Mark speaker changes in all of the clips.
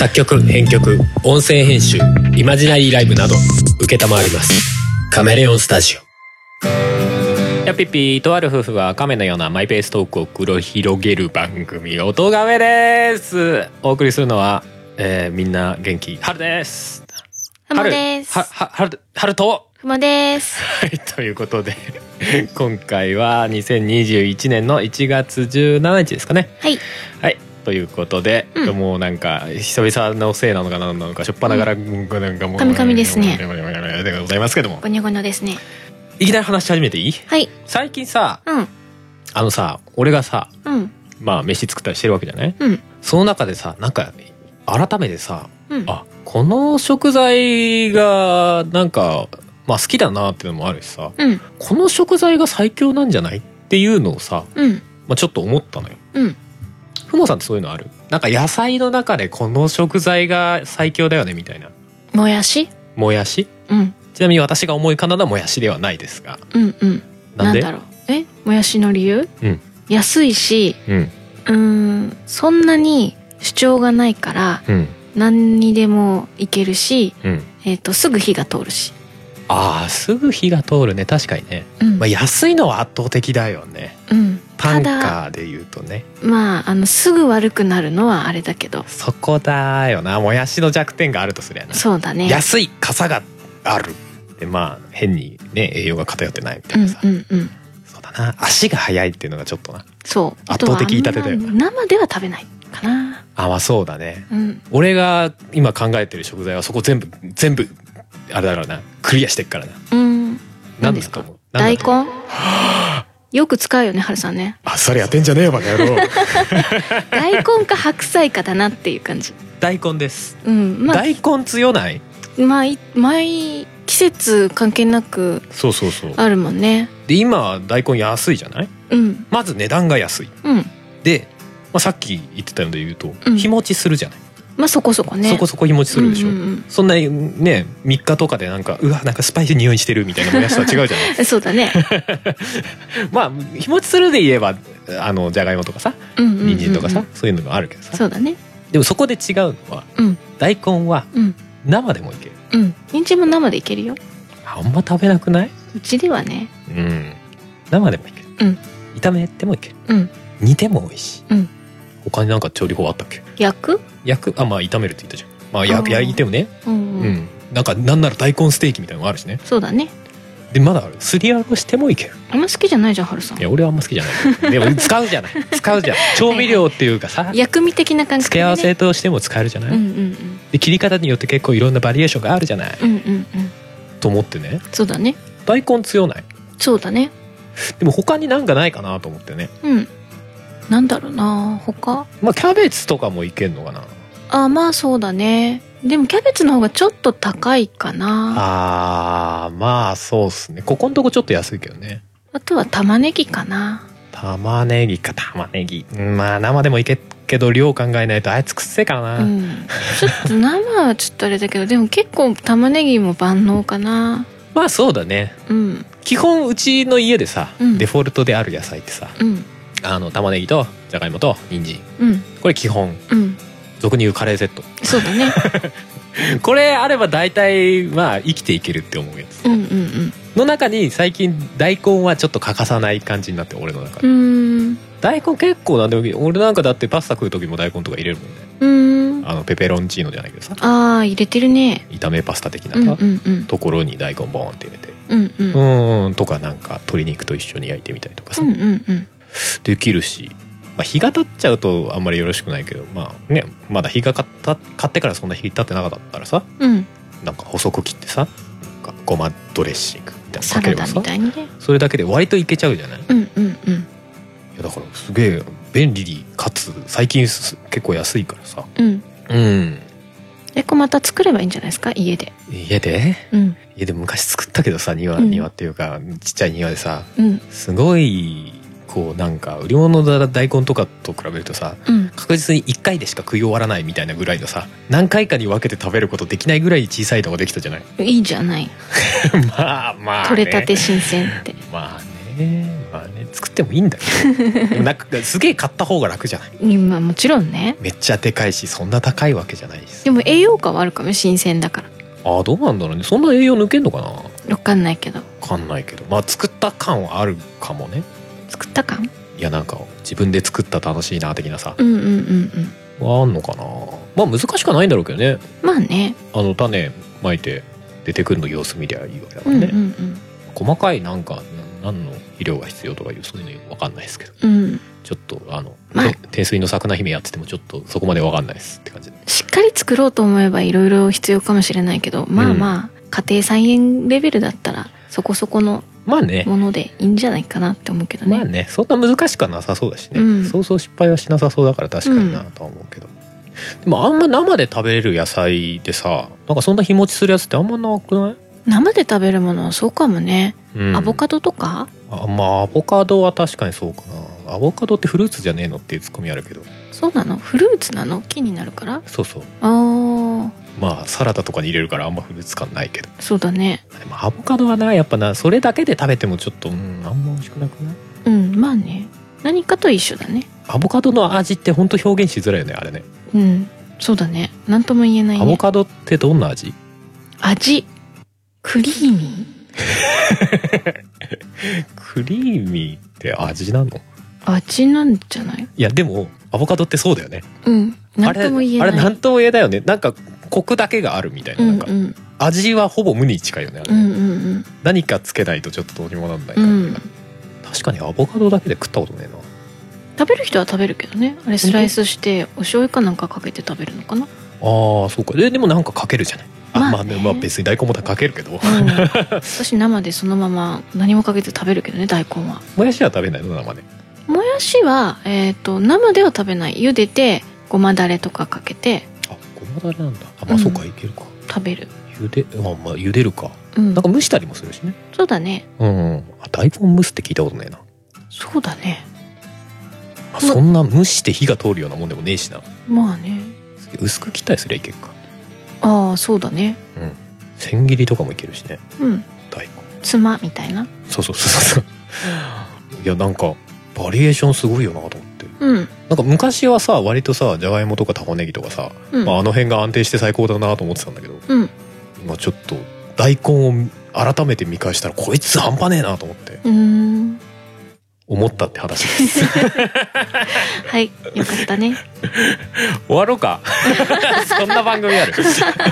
Speaker 1: 作曲編曲音声編集イマジナリーライブなど承りますカメレオンスタジオ。やっぴっぴーとある夫婦は亀のようなマイペーストークを繰り広げる番組音亀です。お送りするのは、みんな元気春です。
Speaker 2: ふもです。
Speaker 1: 春と
Speaker 2: ふもです。
Speaker 1: はい、ということで今回は2021年の1月17日ですかね。
Speaker 2: はい
Speaker 1: はいということで、もうなんか久々のせいなのか何なのかしょっぱながら、なんかもう
Speaker 2: カミカミですね。
Speaker 1: でございますけども、
Speaker 2: ごにょごにょですね。
Speaker 1: いきなり話し始めていい？はい。最近さ、俺がさ、まあ飯作ったりしてるわけじゃない？その中でさ、なんか改めてさ、あ、この食材がなんかまあ好きだなっていうのもあるしさ、この食材が最強なんじゃないっていうのをさ、まあちょっと思ったのよ。ふもさんってそういうのある？なんか野菜の中でこの食材が最強だよねみたいな。
Speaker 2: もやし？
Speaker 1: もやし？ちなみに私が思い浮かんだのはもやしではないですが。
Speaker 2: なんだろう。もやしの理由？安いし、そんなに主張がないから、何にでもいけるし、すぐ火が通るし。
Speaker 1: ああ、すぐ火が通るね。確かにね。まあ安いのは圧倒的だよね。単価で言うとね。ま
Speaker 2: あすぐ悪くなるのはあれだけど。
Speaker 1: そこだよな。もやしの弱点があるとすりゃな。
Speaker 2: そうだね。
Speaker 1: 安い傘がある。でまあ変にね栄養が偏ってないみたいなさ。そうだな。足が速いっていうのがちょっとな。そう。圧倒的言い立てだよな。
Speaker 2: 生では食べないかな。
Speaker 1: あ、まあそうだね。俺が今考えてる食材はそこ全部あれだろうな。クリアしてっからな。何ですか？
Speaker 2: 大根？よく使うよね、はるさんね。
Speaker 1: あっさりやってんじゃねえよバカ野郎。
Speaker 2: 大根か白菜かだなっていう感じ。
Speaker 1: 大根です。大根強ない？
Speaker 2: 毎季節関係なくあるもんね。
Speaker 1: で今大根安いじゃない？まず値段が安い。で、さっき言ってたので言うと日持ちするじゃない。
Speaker 2: まあそこそこね。
Speaker 1: そこそこ日持ちするでしょ。そんなね3日とかでなんかなんかスパイス匂いしてるみたいなもやしとは違うじゃない。
Speaker 2: そうだね。
Speaker 1: まあ日持ちするで言えばじゃがいもとかさ、人参とかさ、そういうのがあるけどさ。そうだね。でもそこで違うのは、大根は生でもいける。
Speaker 2: 人参も生でいけるよ。
Speaker 1: あんま食べなくない？
Speaker 2: うちではね。
Speaker 1: 生でもいける。炒めてもいける。煮ても美味しい。他になんか調理法あったっけ？焼く？まあ炒めるって言ったじゃん。まあ焼いてもね。なんかなんなら大根ステーキみたいなのもあるしね。そうだね。でまだすりおろしてもいける。あんま好きじゃないじゃん、はるさん。いや俺はあんま好きじゃない。でも使うじゃん。調味料っていうかさ、薬味的な感じで付け合わせとしても使えるじゃない。で切り方によって結構いろんなバリエーションがあるじゃない。と思ってね。そうだね。大根強ない？そうだね。でも他になんかないかなと思ってね。なんだろうな、他。まあキャベツとかもいけんのかな。あ、まあそうだね。でもキャベツの方がちょっと高いかな。まあそうっすね。ここのとこちょっと安いけどね。あとは玉ねぎかな。玉ねぎ。まあ生でもいけけど量考えないとあいつくっせえからな。ちょっと生はちょっとあれだけど、でも結構玉ねぎも万能かな。まあそうだね。基本うちの家でさ、デフォルトである野菜ってさ、玉ねぎとじゃがいもと人参、これ基本、俗に言うカレーセット。そうだね。これあれば大体まあ生きていけるって思うやつの中に最近大根はちょっと欠かさない感じになって、俺の中で。大根結構なんでも俺なんかだってパスタ食う時も大根とか入れるもんね。ペペロンチーノじゃないけどさ、入れてるね。炒めパスタ的なところに大根ボーンって入れて、とかなんか鶏肉と一緒に焼いてみたりとかさ、できるし、日が経っちゃうとあんまりよろしくないけど、まあね、まだ日が買ってからそんな日経ってなかったらさ、なんか細く切ってさ、なんかごまドレッシングみたいなのかければさ、サラダみたいにね、それだけで割といけちゃうじゃない。いやだからすげえ便利かつ最近結構安いからさ。また作ればいいんじゃないですか、家で。家で昔作ったけどさ、庭っていうかちっちゃい庭でさ、すごいこうなんか売り物の大根とかと比べるとさ、確実に1回でしか食い終わらないみたいなぐらいのさ、何回かに分けて食べることできないぐらい小さいのができたじゃない。いいじゃない。まあね、取れたて新鮮って。まあね作ってもいいんだけどなんかすげえ買った方が楽じゃない。
Speaker 2: 今もちろんね、
Speaker 1: めっちゃでかいしそんな高いわけじゃないし。
Speaker 2: でも栄養価はあるかも、新鮮だから。
Speaker 1: ああどうなんだろうね。そんな栄養抜けんのかな。
Speaker 2: 分かんないけど。まあ作った感はあるかもね。 作った感、
Speaker 1: いやなんか自分で作った楽しいな的なさ、
Speaker 2: うんうんうんうん、
Speaker 1: あんのかな。まあ難しくないんだろうけどね。
Speaker 2: まあね、
Speaker 1: 種まいて出てくるの様子見りゃいいわけだからね、うんうんうん、細かいなんか何の肥料が必要とかいうそういうのよく分かんないですけど、うん、ちょっとまあ、天水の桜姫やっててもちょっとそこまで分かんないですって感じで。
Speaker 2: しっかり作ろうと思えばいろいろ必要かもしれないけど、まあまあ、家庭菜園レベルだったらそこそこのものでいいんじゃないかなって思うけどね。
Speaker 1: まあね、そんな難しくはなさそうだしね、うん、そうそう失敗はしなさそうだから確かになとは思うけど、でもあんま生で食べれる野菜でさ、なんかそんな日持ちするやつってあんまなくない？
Speaker 2: 生で食べるものはそうかもね、うん、アボカドとか。
Speaker 1: まあアボカドは確かにそうかな。アボカドってフルーツじゃねえのっていうツッコミあるけど。
Speaker 2: そうなの？フルーツなの？木になるから？
Speaker 1: そうそう。
Speaker 2: ああ。
Speaker 1: まあサラダとかに入れるからあんまフルーツ感ないけど。
Speaker 2: そうだね。
Speaker 1: でもアボカドはな、やっぱな、それだけで食べてもちょっとあんま美味しくなくない？
Speaker 2: うん、まあね、何かと一緒だね。
Speaker 1: アボカドの味って本当表現しづらいよねあれね。
Speaker 2: うん、そうだね、なんとも言えないね。
Speaker 1: アボカドってどんな味？
Speaker 2: クリーミー
Speaker 1: クリーミーって味なの？
Speaker 2: 味なんじゃない？
Speaker 1: いやでもアボカドってそうだよね。
Speaker 2: うん、なんとも言えない。
Speaker 1: あれなんとも言えないよね。なんかコクだけがあるみたいな、なんか、うんうん、味はほぼ無に近いよねあれ、うんうんうん、何かつけないとちょっとどうにもなんない感じが、うん、確かにアボカドだけで食ったことねえな。
Speaker 2: 食べる人は食べるけどね、あれスライスしてお醤油かなんかかけて食べるのかな。
Speaker 1: ああそうか。でもなんかかけるじゃない。まあ別に大根もかけるけど、うん、
Speaker 2: 私生でそのまま何もかけて食べるけどね、大根は。
Speaker 1: もやしは食べないの？生で。
Speaker 2: もやしは、生では食べない。茹でてごまだれとかかけて。
Speaker 1: あ、ごまだれなんだ。あ、まあ、そうか、いけるか。
Speaker 2: 食べる。
Speaker 1: まあ茹でるか、うん、なんか蒸したりもするしね。
Speaker 2: そうだね。
Speaker 1: うん。大根蒸すって聞いたことないな。
Speaker 2: そうだね。
Speaker 1: そんな蒸して火が通るようなもんでもねえしな。
Speaker 2: まあね。
Speaker 1: 薄く切ったりすりゃいけるか。
Speaker 2: ああそうだね。
Speaker 1: うん。千切りとかもいけるしね。
Speaker 2: うん。
Speaker 1: 大根。
Speaker 2: つまみたいな。
Speaker 1: そういやなんかバリエーションすごいよなと思って。
Speaker 2: うん。
Speaker 1: なんか昔はさ割とさじゃがいもとか玉ねぎとかさ、うん、まあ、あの辺が安定して最高だなと思ってたんだけど、
Speaker 2: うん、
Speaker 1: 今ちょっと大根を改めて見返したらこいつ半端ねえなと思って。思ったって話です
Speaker 2: はいよかったね。
Speaker 1: 終わろうかそんな番組ある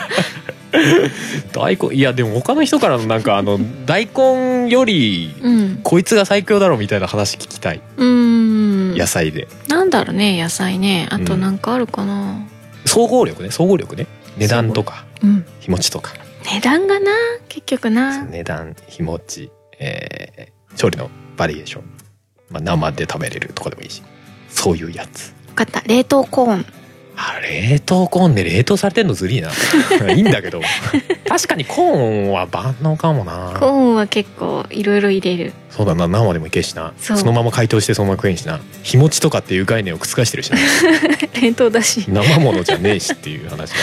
Speaker 1: 大根、いやでも他の人からのなんか大根よりこいつが最強だろみたいな話聞きたい。野菜で
Speaker 2: なんだろうね、野菜ね。あとなんかあるかな、
Speaker 1: 総合力ね。値段とか、日持ちとか。
Speaker 2: 値段がな、結局な。
Speaker 1: 値段、日持ち、調理のバリエーション、まあ、生で食べれるとかでもいいし、そういうやつ。
Speaker 2: 分かった。冷凍コーン。
Speaker 1: 冷凍コーンで冷凍されてんのずりーな。いいんだけど確かにコーンは万能かもな。
Speaker 2: コーンは結構いろいろ入れる。
Speaker 1: そうだな、生でもいけるしな。そのまま解凍してそのまま食えんしな。日持ちとかっていう概念を覆してるしな
Speaker 2: 冷凍だし
Speaker 1: 生ものじゃねえしっていう話だから。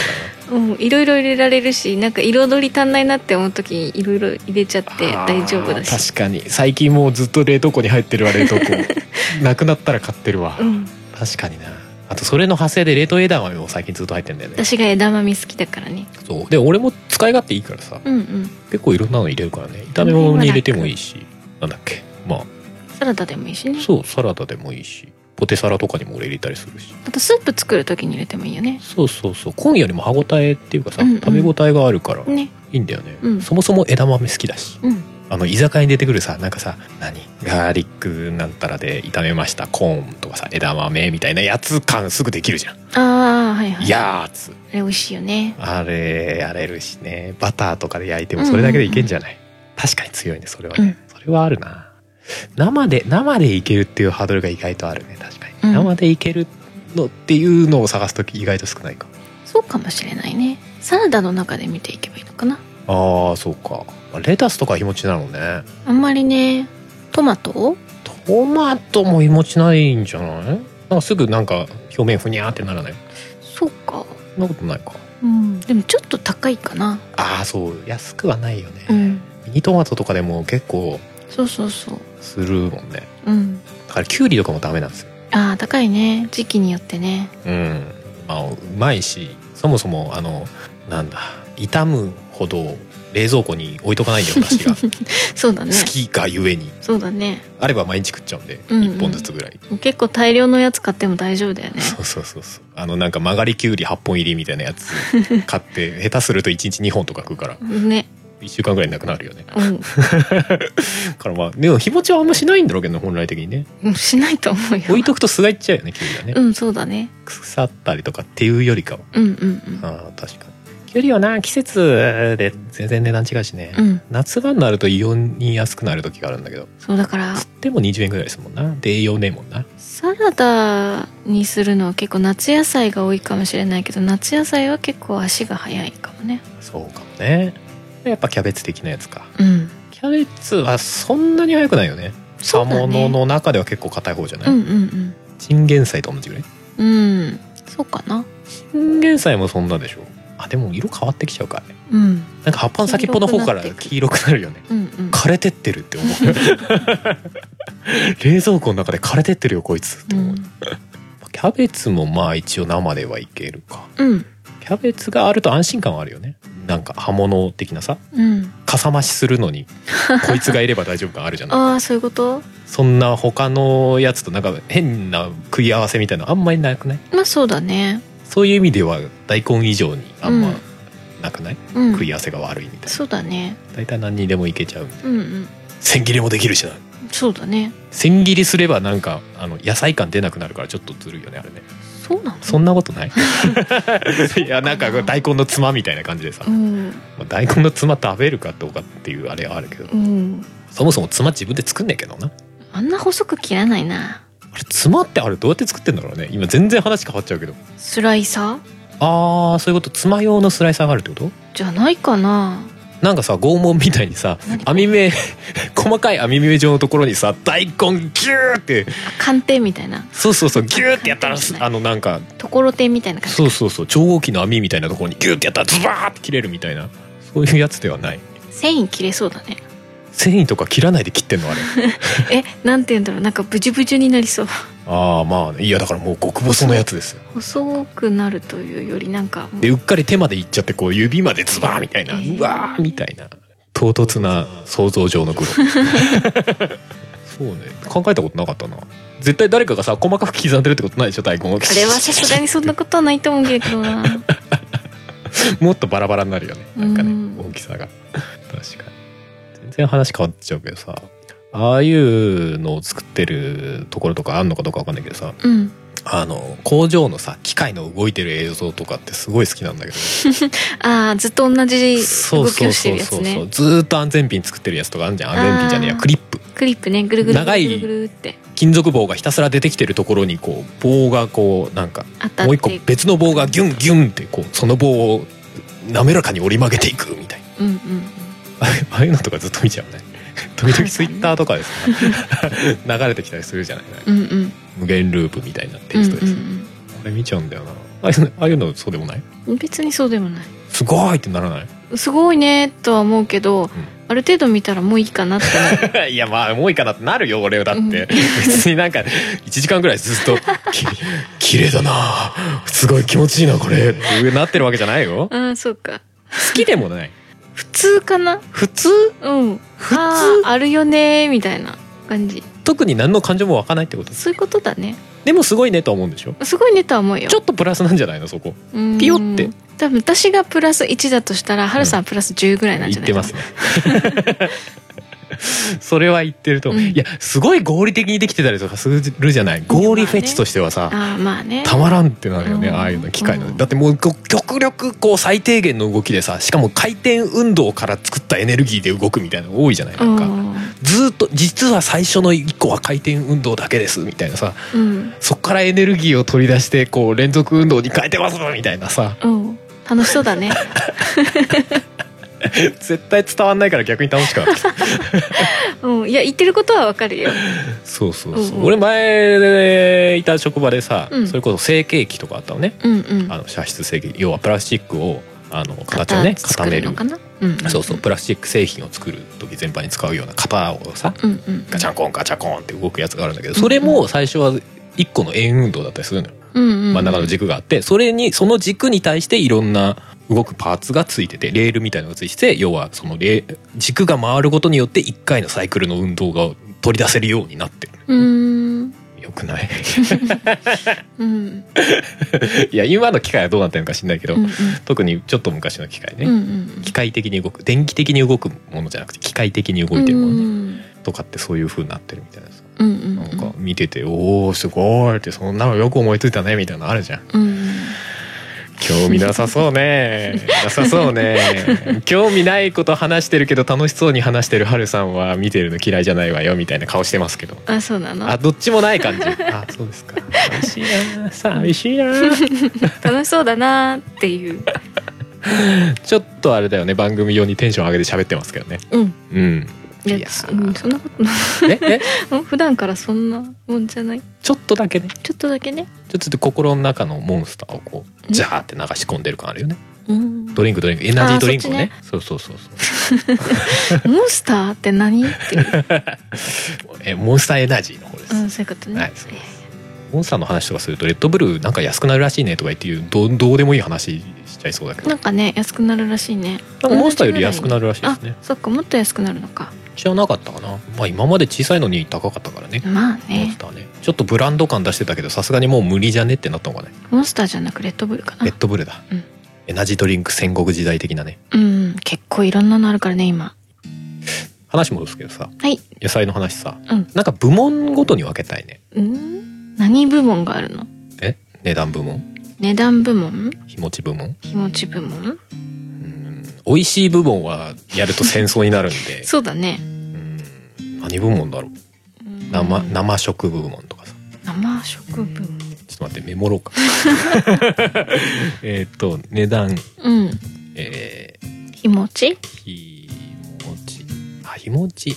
Speaker 2: うん、いろいろ入れられるし、なんか彩り足んないなって思う時にいろいろ入れちゃって大丈夫だし。
Speaker 1: 確かに最近もうずっと冷凍庫に入ってるわ。冷凍庫なくなったら買ってるわ、うん、確かにな。あとそれの派生で冷凍枝豆も最近ずっと入ってんだよね。
Speaker 2: 私が枝豆好きだからね。
Speaker 1: そうで俺も使い勝手いいからさ、うんうん、結構いろんなの入れるからね。炒め物に入れてもいいし、なんだっけ、まあ
Speaker 2: サラダでもいいしね。
Speaker 1: そうサラダでもいいし、ポテサラとかにも俺入れたりするし、
Speaker 2: あとスープ作る時に入れてもいいよね。
Speaker 1: そうコーンよりも歯ごたえっていうかさ、うんうん、食べ応えがあるからいいんだよね、うん、そもそも枝豆好きだし、うん、居酒屋に出てくるさ、なんかさ、ガーリックなんたらで炒めましたコーンとかさ、枝豆みたいなやつ感すぐできるじゃん。
Speaker 2: ああはいはい。
Speaker 1: やつ
Speaker 2: あれ美味しいよね。
Speaker 1: あれやれるしね。バターとかで焼いてもそれだけでいけんじゃない、うんうんうん、確かに強いねそれはね、うん、それはあるな。生でいけるっていうハードルが意外とあるね。確かに、うん、生でいけるのっていうのを探すとき意外と少ないか。
Speaker 2: そうかもしれないね。サラダの中で見ていけばいいのかな。
Speaker 1: ああそうか。レタスとか日持ちなのね。
Speaker 2: あんまりね。トマト
Speaker 1: も日持ちないんじゃない？なんかすぐなんか表面ふにゃーってならない？
Speaker 2: そうか。
Speaker 1: そんなことないか。
Speaker 2: うん、でもちょっと高いかな。
Speaker 1: ああそう、安くはないよね、うん、ミニトマトとかでも結構
Speaker 2: そうそうそう。
Speaker 1: するもんね。うん。だからキュウリとかもダメなんですよ。
Speaker 2: ああ、高いね。時期によってね。
Speaker 1: うん。まあうまいし、そもそもなんだ、傷むほど冷蔵庫に置いとかないんだよ、梨が。
Speaker 2: そうだね。
Speaker 1: 好きがゆえに。
Speaker 2: そうだね。
Speaker 1: あれば毎日食っちゃうんで、1本ずつぐらい。
Speaker 2: 結構大量のやつ買っても大丈夫だよね。
Speaker 1: そうそうそうそう。なんか曲がりきゅうり8本入りみたいなやつ買って、下手すると1日2本とか食うから。ね。1週間ぐらいなくなるよね。うん。からまあ、でも日持ちはあんましないんだろうけどね、本来的にね。
Speaker 2: しないと思うよ。
Speaker 1: 置いとくと素がいっちゃうよね、きゅうりはね。
Speaker 2: うん、そうだね。
Speaker 1: 腐ったりとかっていうよりかは。
Speaker 2: うんうんうん。
Speaker 1: ああ、確かに。きゅうりはな、季節で全然値段違うしね。うん、夏場になると異様に安くなる時があるんだけど。
Speaker 2: そうだから。
Speaker 1: 釣っても20円ぐらいですもんな。で、栄養ねえもんな。
Speaker 2: サラダにするのは結構夏野菜が多いかもしれないけど、夏野菜は結構足が早いかもね。
Speaker 1: そうかもね。やっぱキャベツ的なやつか。うん。キャベツはそんなに早くないよね。葉物の中では結構硬い方じゃない。うんうんうん。チンゲン菜と同じぐらい。
Speaker 2: うん。そうかな。
Speaker 1: チンゲン菜もそんなでしょ。あ、でも色変わってきちゃうからね。うん。なんか葉っぱの先っぽの方から黄色くなるよね。うんうん。枯れてってるって思う。冷蔵庫の中で枯れてってるよこいつって思う。うん、キャベツもまあ一応生ではいけるか。うん。キャベツがあると安心感はあるよね。なんか葉物的なさ、うん、かさ増しするのにこいつがいれば大丈夫感あるじゃない。
Speaker 2: ああ、そういうこと。
Speaker 1: そんな他のやつとなんか変な食い合わせみたいなあんまりなくない？
Speaker 2: まあそうだね。
Speaker 1: そういう意味では大根以上にあんまなくない？うん、食い合わせが悪いみたいな。
Speaker 2: そうだね。
Speaker 1: 大体何にでもいけちゃうみたいな。うんうん。千切りもできるしな。
Speaker 2: そうだね。
Speaker 1: 千切りすればなんか野菜感出なくなるからちょっとずるいよねあれね。
Speaker 2: そうなの？
Speaker 1: そんなことない？いやなんか大根のつまみたいな感じでさ、うん、大根のつま食べるかどうかっていうあれはあるけど、うん、そもそもつま自分で作んねえけどな。
Speaker 2: あんな細く切らないな。
Speaker 1: あれつまってあれどうやって作ってんだろうね。今全然話変わっちゃうけど。
Speaker 2: スライサー？
Speaker 1: ああ、そういうこと。つま用のスライサーがあるってこと？
Speaker 2: じゃないかな。
Speaker 1: なんかさ拷問みたいにさ網目細かい網目状のところにさ大根ギューって
Speaker 2: 寒天みたいな。
Speaker 1: そうそうそうギューってやったらなんか
Speaker 2: ところてんみたいな感じ。
Speaker 1: そうそうそう超大きな網みたいなところにギューってやったらズバーって切れるみたいなそういうやつではない。
Speaker 2: 繊維切れそうだね。
Speaker 1: 繊維とか切らないで切ってんのあれ。
Speaker 2: なんて言うんだろう、なんかブジュブジュになりそう。
Speaker 1: ああまあいやだからもう極細のやつですよ。
Speaker 2: 細くなるというよりなんか
Speaker 1: でうっかり手までいっちゃってこう指までズバーみたいな、うわーみたいな唐突な想像上の苦労。そうね考えたことなかったな。絶対誰かがさ細かく刻んでるってことないでしょ大根を。あ
Speaker 2: れはさすがにそんなことはないと思うけどな。
Speaker 1: もっとバラバラになるよねなんかね大きさが。確かに全然話変わっちゃうけどさ、ああいうのを作ってるところとかあんのかどうかわかんないけどさ、うん、工場のさ機械の動いてる映像とかってすごい好きなんだけど。
Speaker 2: ああずっと同じ動きをしてるやつね。
Speaker 1: そうずっと安全ピン作ってるやつとかあるじゃん。安全ピンじゃねえやクリップ
Speaker 2: ねぐるぐる長い
Speaker 1: 金属棒がひたすら出てきてるところにこう棒がこうなんかもう一個別の棒がギュンギュンってこうその棒を滑らかに折り曲げていくみたいな、うんうん、ああいうのとかずっと見ちゃうね。時々ツイッターとかでさ流れてきたりするじゃない、うんうん、無限ループみたいなテイストです、うんうんうん、あれ見ちゃうんだよな。ああいうのそうでもない？
Speaker 2: 別にそうでもない。
Speaker 1: すごいってならない？
Speaker 2: すごいねとは思うけど、うん、ある程度見たらもういいかなってなる。
Speaker 1: いやまあもういいかなってなるよ俺だって、うん、別になんか1時間ぐらいずっと綺麗だなすごい気持ちいいなこれってなってるわけじゃないよ。
Speaker 2: ああそうか。
Speaker 1: 好きでもない。
Speaker 2: 普通かな。
Speaker 1: 普通？
Speaker 2: うん。普通 あるよねみたいな感じ。
Speaker 1: 特に何の感情も湧かないってこと？
Speaker 2: そういうことだね。
Speaker 1: でもすごいねとは思うんでしょ？す
Speaker 2: ごいねとは思うよ。
Speaker 1: ちょっとプラスなんじゃないのそこ。ピヨって。
Speaker 2: 多分私がプラス1だとしたらハルさんプラス10ぐらいなんじゃないかな。
Speaker 1: 言ってますね。それは言ってると、うん、いやすごい合理的にできてたりとかするじゃない。合理フェチとしてはさ、
Speaker 2: まあね、
Speaker 1: たまらんってなるよね、ああいうの機械の、だってもう極力こう最低限の動きでさ、しかも回転運動から作ったエネルギーで動くみたいなの多いじゃない。なんかずっと実は最初の1個は回転運動だけですみたいなさ、うん、そっからエネルギーを取り出してこう連続運動に変えてますみたいなさ、
Speaker 2: うん、楽しそうだね。
Speaker 1: 絶対伝わんないから逆に楽しかった。
Speaker 2: うん、いや言ってることはわかるよ。
Speaker 1: そうそうそう、うんうん、俺前でいた職場でさ、うん、それこそ成形機とかあったのね、うんうん、射出成形要はプラスチックを形をね固める、
Speaker 2: そう
Speaker 1: そう、プラスチック製品を作る時全般に使うような型をさ、ガチャンコンガチャコンって動くやつがあるんだけど、それも最初は1個の円運動だったりするのよ。真ん中の軸があって、その軸に対していろんな動くパーツがついてて、レールみたいなのがついてて、要はその軸が回ることによって1回のサイクルの運動が取り出せるようになってる。よくない？いや、今の機械はどうなってるのか知んないけど、特にちょっと昔の機械ね、機械的に動く、電気的に動くものじゃなくて機械的に動いてるものね、とかってそういう風になってるみたいなさ、なんか見てて、おーすごいって、そんなのよく思いついたねみたいなのあるじゃん。興味なさそうね。なさそうね。興味ないこと話してるけど楽しそうに話してるハルさんは見てるの嫌いじゃないわよみたいな顔してますけど。
Speaker 2: あ、そうなの？
Speaker 1: あ、どっちもない感じ。あ、そうですか。寂しいな。寂しいな。
Speaker 2: 楽しそうだなっていう。
Speaker 1: ちょっとあれだよね。番組用にテンション上げて喋ってますけどね。
Speaker 2: いや、そんなことない。普段からそんなもんじゃない。
Speaker 1: ちょっとだけね。
Speaker 2: ちょっとだけね。
Speaker 1: ちょっと心の中のモンスターをこうジャーって流し込んでる感あるよね。ドリンクエナジードリンクをね。そう。
Speaker 2: モンスターって何っていう。
Speaker 1: モンスターエナジーの方です。
Speaker 2: そういうことね。
Speaker 1: はい、そうです。モンスターの話とかするとレッドブルなんか安くなるらしいねとか言ってどうでもいい話しちゃいそうだけど。なん
Speaker 2: かね、安くなるらしいね。
Speaker 1: なんかモンスターより安くなるらしいですね。
Speaker 2: そっか、もっと安くなるのか。
Speaker 1: 知らなかったかな。まあ今まで小さいのに高かったからね。
Speaker 2: まあね。
Speaker 1: モンスターね。ちょっとブランド感出してたけどさすがにもう無理じゃねってなったのかね。
Speaker 2: モンスターじゃなくレッドブルかな。
Speaker 1: レッドブルだ。エナジードリンク戦国時代的なね。
Speaker 2: 結構いろんなのあるからね今。
Speaker 1: 話戻すけどさ。
Speaker 2: はい。
Speaker 1: 野菜の話さ。なんか部門ごとに分けたいね。
Speaker 2: 何部門があるの？
Speaker 1: 値段部門？
Speaker 2: 値段部門？
Speaker 1: 日持ち部門？
Speaker 2: 日持ち部門？
Speaker 1: 美味しい部門はやると戦争になるんで。
Speaker 2: そうだね。
Speaker 1: 何部門だろう。生食部門とかさ。
Speaker 2: 生食部門。ちょっ
Speaker 1: と待ってメモろうか。値段。
Speaker 2: 日持ち？
Speaker 1: 日持ち。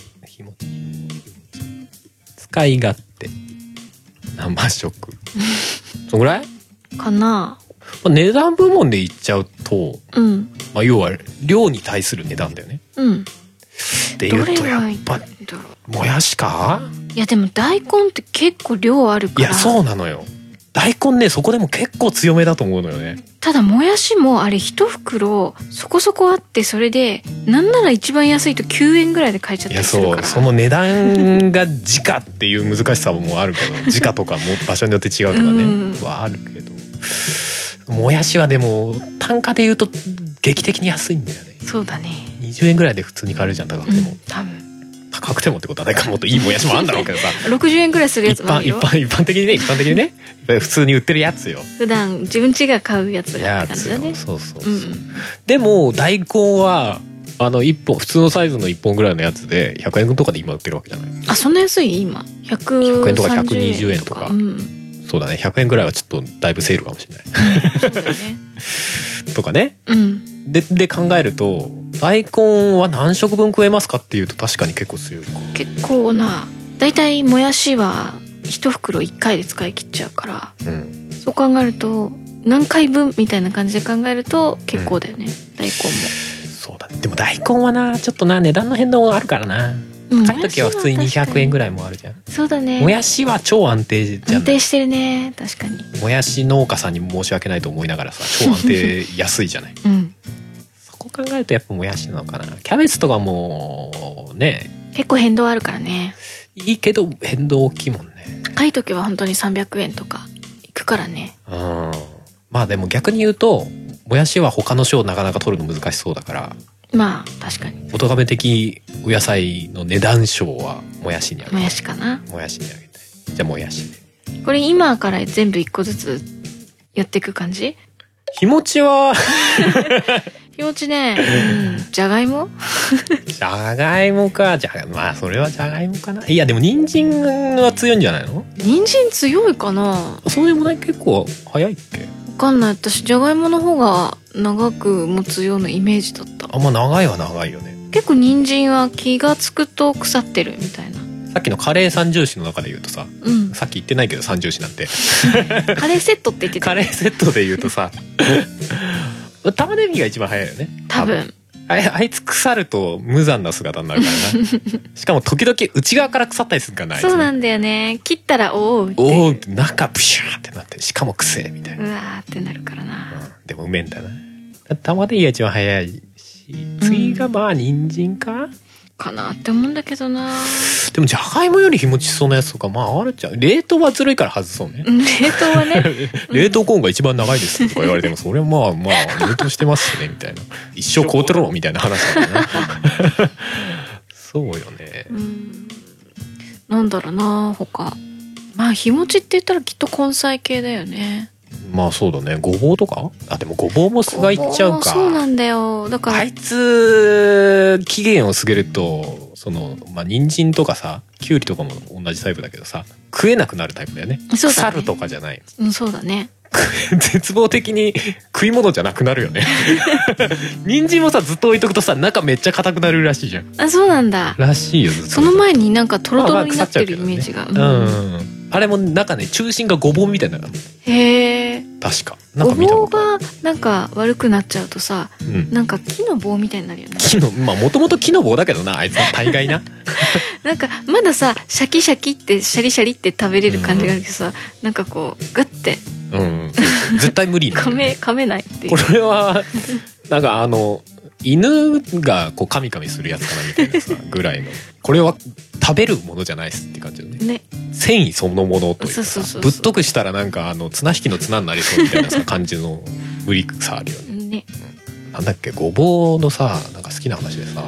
Speaker 1: 使い勝手。生食。そのぐらい？
Speaker 2: かな。
Speaker 1: 値段部門で言っちゃうと、まあ要は量に対する値段だよね。っていうとやっぱもやしか？
Speaker 2: いやでも大根って結構量あるから。
Speaker 1: いやそうなのよ。大根ね、そこでも結構強めだと思うのよね。
Speaker 2: ただもやしもあれ一袋そこそこあって、それでなんなら一番安いと9円ぐらいで買えちゃったりするから。いやそう、
Speaker 1: その値段が時価っていう難しさもあるけど、時価とかも場所によって違うとかねはあるけど、もやしはでも単価で言うと劇的に安いんだよね。
Speaker 2: そうだね。20
Speaker 1: 円ぐらいで普通に買えるじゃん、高くても。
Speaker 2: 多分
Speaker 1: 高くてもってことはないかもっといいもやしもあるんだろうけどさ。
Speaker 2: 60円ぐらいするやつもあるよ。
Speaker 1: 一般的にね普通に売ってるやつよ。
Speaker 2: 普段自分家が買うやつだって感じだね。
Speaker 1: そう、でも大根は1本普通のサイズの1本ぐらいのやつで100円とかで今売ってるわけじゃない。
Speaker 2: あ、そんな安い？今100
Speaker 1: 円とか120円とか、そうだね。100円ぐらいはちょっとだいぶセールかもしれない。そうだね。とかね。で考えると大根は何食分食えますかっていうと確かに結構強い。
Speaker 2: 結構な。だいたいもやしは1袋1回で使い切っちゃうから、そう考えると何回分みたいな感じで考えると結構だよね、大根も。
Speaker 1: そうだね。でも大根はなちょっとな値段の変動があるからな。高い時は普通に200円ぐらいもあるじゃん。
Speaker 2: そうだね。
Speaker 1: もやしは超安定じゃん。
Speaker 2: 安定してるね。確かに。
Speaker 1: もやし農家さんに申し訳ないと思いながらさ、超安定安いじゃない。そこ考えるとやっぱもやしなのかな。キャベツとかもね。
Speaker 2: 結構変動あるからね。
Speaker 1: いいけど変動大きいもんね。
Speaker 2: 高い時は本当に300円とかいくからね。
Speaker 1: まあでも逆に言うともやしは他の賞なかなか取るの難しそうだから。
Speaker 2: まあ確かに。
Speaker 1: お咎め的お野菜の値段賞はもやしにあげたい。
Speaker 2: もやしかな。
Speaker 1: もやしにあげたい。じゃあもやしで。
Speaker 2: これ今から全部1個ずつやっていく感じ？
Speaker 1: 日持ちは
Speaker 2: 日持ちね、じゃがいも？
Speaker 1: じゃがいもか。まあそれはじゃがいもかな。いやでも人参は強いんじゃないの？
Speaker 2: 人参強いかな。
Speaker 1: そうでもない。結構早いっけ？
Speaker 2: 分かんない。私じゃがいもの方が長く持つようなイメージだった。
Speaker 1: まあ長いは長いよね。
Speaker 2: 結構人参は気がつくと腐ってるみたいな。
Speaker 1: さっきのカレー三重視の中で言うとさ、さっき言ってないけど三重視なんて
Speaker 2: カレーセットって言ってた。
Speaker 1: カレーセットで言うとさ玉ねぎが一番早いよね
Speaker 2: 多分。
Speaker 1: あいつ腐ると無残な姿になるからなしかも時々内側から腐ったりするからな。
Speaker 2: そうなんだよね。切ったらおう
Speaker 1: って中ブシューってなって、しかもくせえみたいな、
Speaker 2: うわーってなるからな、
Speaker 1: でもうめえんだな。玉ねぎが一番早いし、次がまあ人参か
Speaker 2: かなって思うんだけどな。
Speaker 1: でもじゃがいもより日持ちしそうなやつとかまああるじゃん。冷凍はずるいから外そうね。
Speaker 2: 冷凍はね
Speaker 1: 冷凍コーンが一番長いですとか言われても、それはまあ冷凍してますしねみたいな、一生凍ってろみたいな話だからなそうよね。
Speaker 2: なんだろうな他。まあ日持ちって言ったらきっと根菜系だよね。
Speaker 1: まあそうだね。ごぼうとか。でもごぼうもすがいっちゃうか。
Speaker 2: そうなんだよ。だから
Speaker 1: あいつ期限を過ぎると人参とかさ、きゅうりとかも同じタイプだけどさ、食えなくなるタイプだよね。
Speaker 2: そうだね。
Speaker 1: 腐るとかじゃない。
Speaker 2: そうだね。
Speaker 1: 絶望的に食い物じゃなくなるよね人参もさずっと置いとくとさ中めっちゃ硬くなるらしいじゃん。
Speaker 2: そうなんだ。
Speaker 1: らしいよ。
Speaker 2: その前になんかトロトロになってるイメージが。
Speaker 1: あれも中ね、中心がごぼうみたいな。
Speaker 2: へえ。
Speaker 1: 確か。なんか見たこと。
Speaker 2: ごぼうがなんか悪くなっちゃうとさ、なんか木の棒みたいになるよね。
Speaker 1: もともと木の棒だけどな、あいつ大概な。
Speaker 2: なんかまださシャキシャキってシャリシャリって食べれる感じがあるけどさ、なんかこうグッて。
Speaker 1: 絶対無理な、
Speaker 2: ね。噛めないっていう。
Speaker 1: これはなんか犬がこうカミカミするやつかなみたいなさぐらいの。これは食べるものじゃないっすって感じだね。繊維そのものというかさ、ぶっとくしたらなんか綱引きの綱になりそうみたいなさ感じの無理さあるよね。なんだっけ、ごぼうのさなんか好きな話でさ、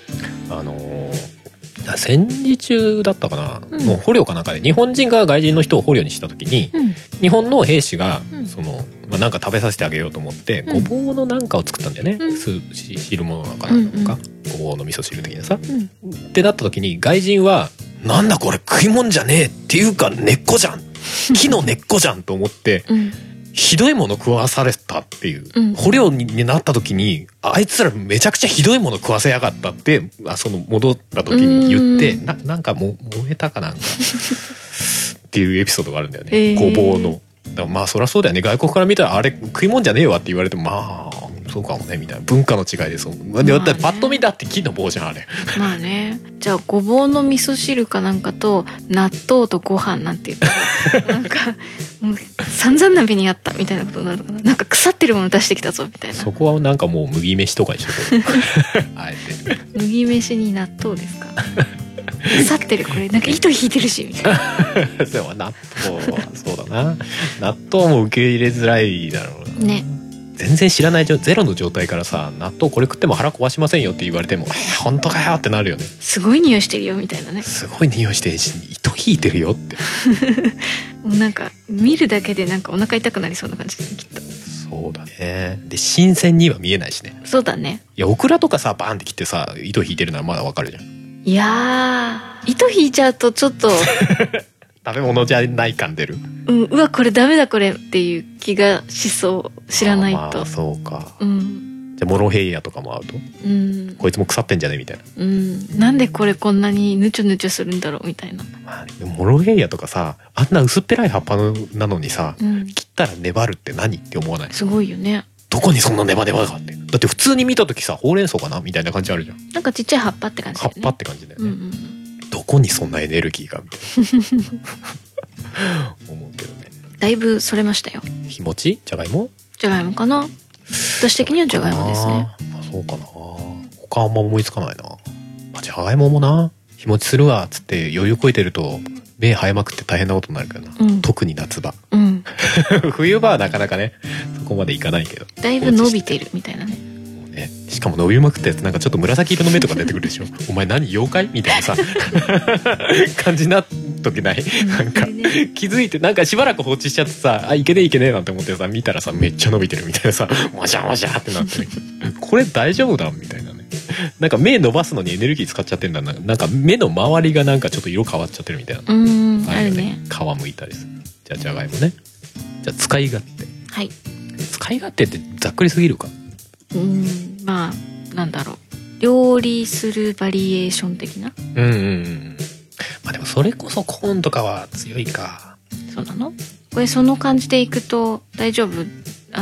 Speaker 1: 戦時中だったかな、もう捕虜かなんかで日本人が外人の人を捕虜にした時に、日本の兵士がなんか食べさせてあげようと思って、ごぼうのなんかを作ったんだよね、汁物なんかなんか、ごぼうの味噌汁的なさ、ってなった時に外人はなんだこれ食い物じゃねえっていうか根っこじゃん木の根っこじゃんと思って、ひどいもの食わされたっていう、捕虜になった時にあいつらめちゃくちゃひどいもの食わせやがったって戻った時に言って、なんか燃えたかなんかっていうエピソードがあるんだよね、ごぼうの。だからまあそりゃそうだよね、外国から見たらあれ食い物じゃねえわって言われてもまあそうかもねみたいな、文化の違いでそう。でパッと見だって木の棒じゃんあれ。まあね。
Speaker 2: じゃあごぼうの味噌汁かなんかと納豆とご飯なんて言ったらなんかもう散々な目にあったみたいなことになるのかな。なんか腐ってるもの出してきたぞみたいな。
Speaker 1: そこはなんかもう麦飯とかにしとこうあえて
Speaker 2: 麦飯に納豆ですか腐ってる、これなんか糸引いてるしみたいな
Speaker 1: でも納豆そうだな、納豆も受け入れづらいだろうなね。全然知らないゼロの状態からさ、納豆これ食っても腹壊しませんよって言われても本当かよってなるよね。
Speaker 2: すごい匂いしてるよみたいなね。
Speaker 1: すごい匂いしてるし糸引いてるよって
Speaker 2: もうなんか見るだけでなんかお腹痛くなりそうな感じで、きっと。
Speaker 1: そうだね。で新鮮には見えないしね。
Speaker 2: そうだね。
Speaker 1: いやオクラとかさバーンって切ってさ糸引いてるのはまだわかるじゃん。
Speaker 2: いやー糸引いちゃうとちょっと
Speaker 1: 食べ物じゃない感出る。
Speaker 2: うわこれダメだこれっていう気がしそう。知らないと。
Speaker 1: まあそうか。じゃあモロヘイヤとかも合うと、こいつも腐ってんじゃねみたいな。
Speaker 2: なんでこれこんなにヌチュヌチュするんだろうみたいな。
Speaker 1: まあ、でもモロヘイヤとかさあんな薄っぺらい葉っぱなのにさ、切ったら粘るって何って思わない？
Speaker 2: すごいよね。
Speaker 1: どこにそんなネバネバがあって。だって普通に見た時さほうれん草かなみたいな感じあるじゃん。
Speaker 2: なんかちっちゃい葉っぱって感じだよね。
Speaker 1: 葉っぱって感じだよね。どこにそんなエネルギーがみたいな思うけどね。
Speaker 2: だいぶそれましたよ。
Speaker 1: 日持ち？じゃがいも？
Speaker 2: じゃがいもかな。私的にはじゃがいもですね。
Speaker 1: そうかな。他あんま思いつかないな。じゃがいももな日持ちするわっつって余裕こいてると目生えまくって大変なことになるからな、特に夏場。冬場はなかなかねそこまでいかないけど
Speaker 2: だいぶ伸びてるみたいなね。
Speaker 1: しかも伸びまくったやつなんかちょっと紫色の目とか出てくるでしょお前何妖怪みたいなさ感じになっとけない、なんか気づいてなんかしばらく放置しちゃってさあいけねえいけねえなんて思ってさ見たらさめっちゃ伸びてるみたいなさもじゃもじゃってなってるこれ大丈夫だみたいなね。なんか目伸ばすのにエネルギー使っちゃってんだな。なんか目の周りがなんかちょっと色変わっちゃってるみたいな。
Speaker 2: あるね。
Speaker 1: 皮むいたりする。じゃあじゃがいもね。じゃあ使い勝手。
Speaker 2: はい。
Speaker 1: 使い勝手ってざっくりすぎるか。
Speaker 2: まあなんだろう、料理するバリエーション的な。
Speaker 1: まあでもそれこそコーンとかは強いか。
Speaker 2: そうなの？これその感じでいくと大丈夫？ハ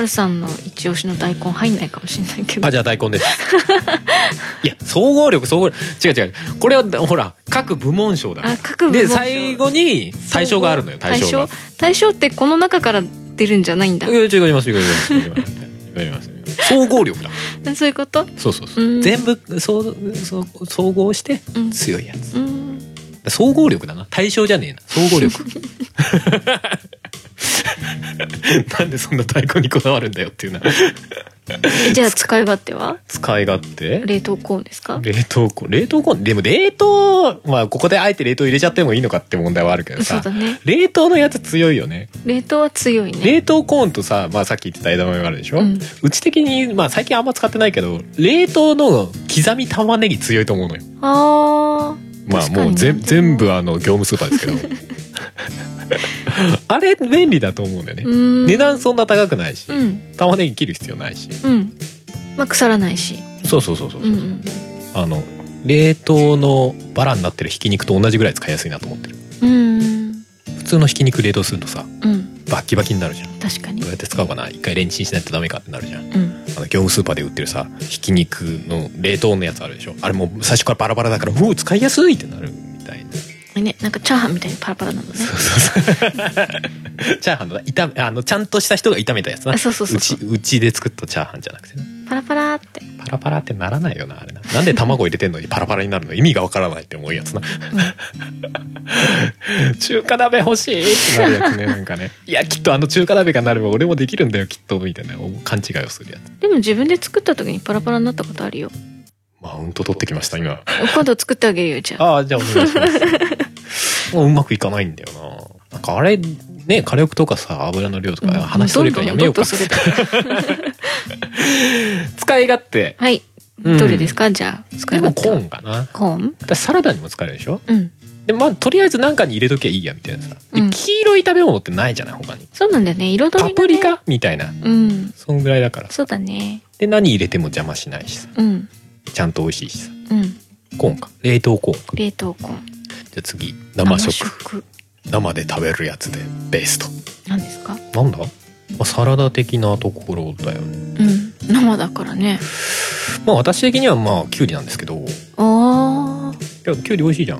Speaker 2: はるさんの一押しの大根入んないかもしれないけど。
Speaker 1: じゃあ大根です。いや、総合力。違う。これは、ほら、各部門賞だから。各部門賞。で、最後に対象があるのよ、対象が。
Speaker 2: 対象ってこの中から出るんじゃないんだ。
Speaker 1: 違います。総合力だ。
Speaker 2: そういうこと？
Speaker 1: そう。全部、総合して強いやつ。総合力だな。対象じゃねえな。総合力。なんでそんな太鼓にこだわるんだよっていうな。
Speaker 2: じゃあ使い勝手は？
Speaker 1: 使い勝手？
Speaker 2: 冷凍コーンですか？
Speaker 1: 冷凍コーンでも冷凍、まあここであえて冷凍入れちゃってもいいのかって問題はあるけどさ。
Speaker 2: そうだね。
Speaker 1: 冷凍のやつ強いよね。
Speaker 2: 冷凍は強いね。
Speaker 1: 冷凍コーンとさ、まあさっき言ってた枝豆があるでしょ。うち的にまあ最近あんま使ってないけど、冷凍の刻み玉ねぎ強いと思うのよ。まあもう全部業務スーパーですけど。あれ便利だと思うんだよね。値段そんな高くないし、玉ねぎ切る必要ないし、
Speaker 2: まあ腐らないし。
Speaker 1: そう。冷凍のバラになってるひき肉と同じぐらい使いやすいなと思ってる。普通のひき肉冷凍するとさ、バッキバキになるじゃん。
Speaker 2: 確かに。
Speaker 1: どうやって使うかな、一回レンチンしないとダメかってなるじゃん。業務スーパーで売ってるさ、ひき肉の冷凍のやつあるでしょ。あれもう最初からバラバラだから、使いやすいってなるみたいな。
Speaker 2: ね、なんかチャーハンみたいにパラパラなのね。そう
Speaker 1: チャーハンのちゃんとした人が炒めたやつな。
Speaker 2: そう
Speaker 1: うちで作ったチャーハンじゃなくてね。
Speaker 2: パラパラって
Speaker 1: ならないよな、あれな。なんで卵入れてんのにパラパラになるの意味がわからないって思うやつな。中華鍋欲しいってなるやつね、なんかね。いや、きっと中華鍋がなれば俺もできるんだよ、きっと、みたいな勘違いをするやつ。
Speaker 2: でも自分で作った時にパラパラになったことあるよ。
Speaker 1: マウント取ってきました、今。
Speaker 2: 今度作ってあげるよ、じゃあ。
Speaker 1: じゃあお願いします。もううまくいかないんだよな。なんかあれ、ね、火力とかさ、油の量とか話しとるからやめようか。使い勝手。
Speaker 2: はい。どれですか、じゃあ。
Speaker 1: 使い勝手。でもコーンかな。
Speaker 2: コーン？
Speaker 1: サラダにも使えるでしょ？で、まあ、とりあえず何かに入れときゃいいや、みたいなさ。黄色い食べ物ってないじゃない、他に。
Speaker 2: そうなんだよね、彩りがね。
Speaker 1: パプリカみたいな。そんぐらいだから。
Speaker 2: そうだね。
Speaker 1: で、何入れても邪魔しないしさ。ちゃんと美味しいしさ。コーンか。冷凍コーンか。
Speaker 2: 冷凍コーン。
Speaker 1: じゃあ次、生食。生で食べるやつでベースト。
Speaker 2: 何ですか？
Speaker 1: なんだ？サラダ的なところだよね。
Speaker 2: 生だからね。
Speaker 1: まあ私的にはまあキュウリなんですけど。いや、キュウリ美味しいじゃん。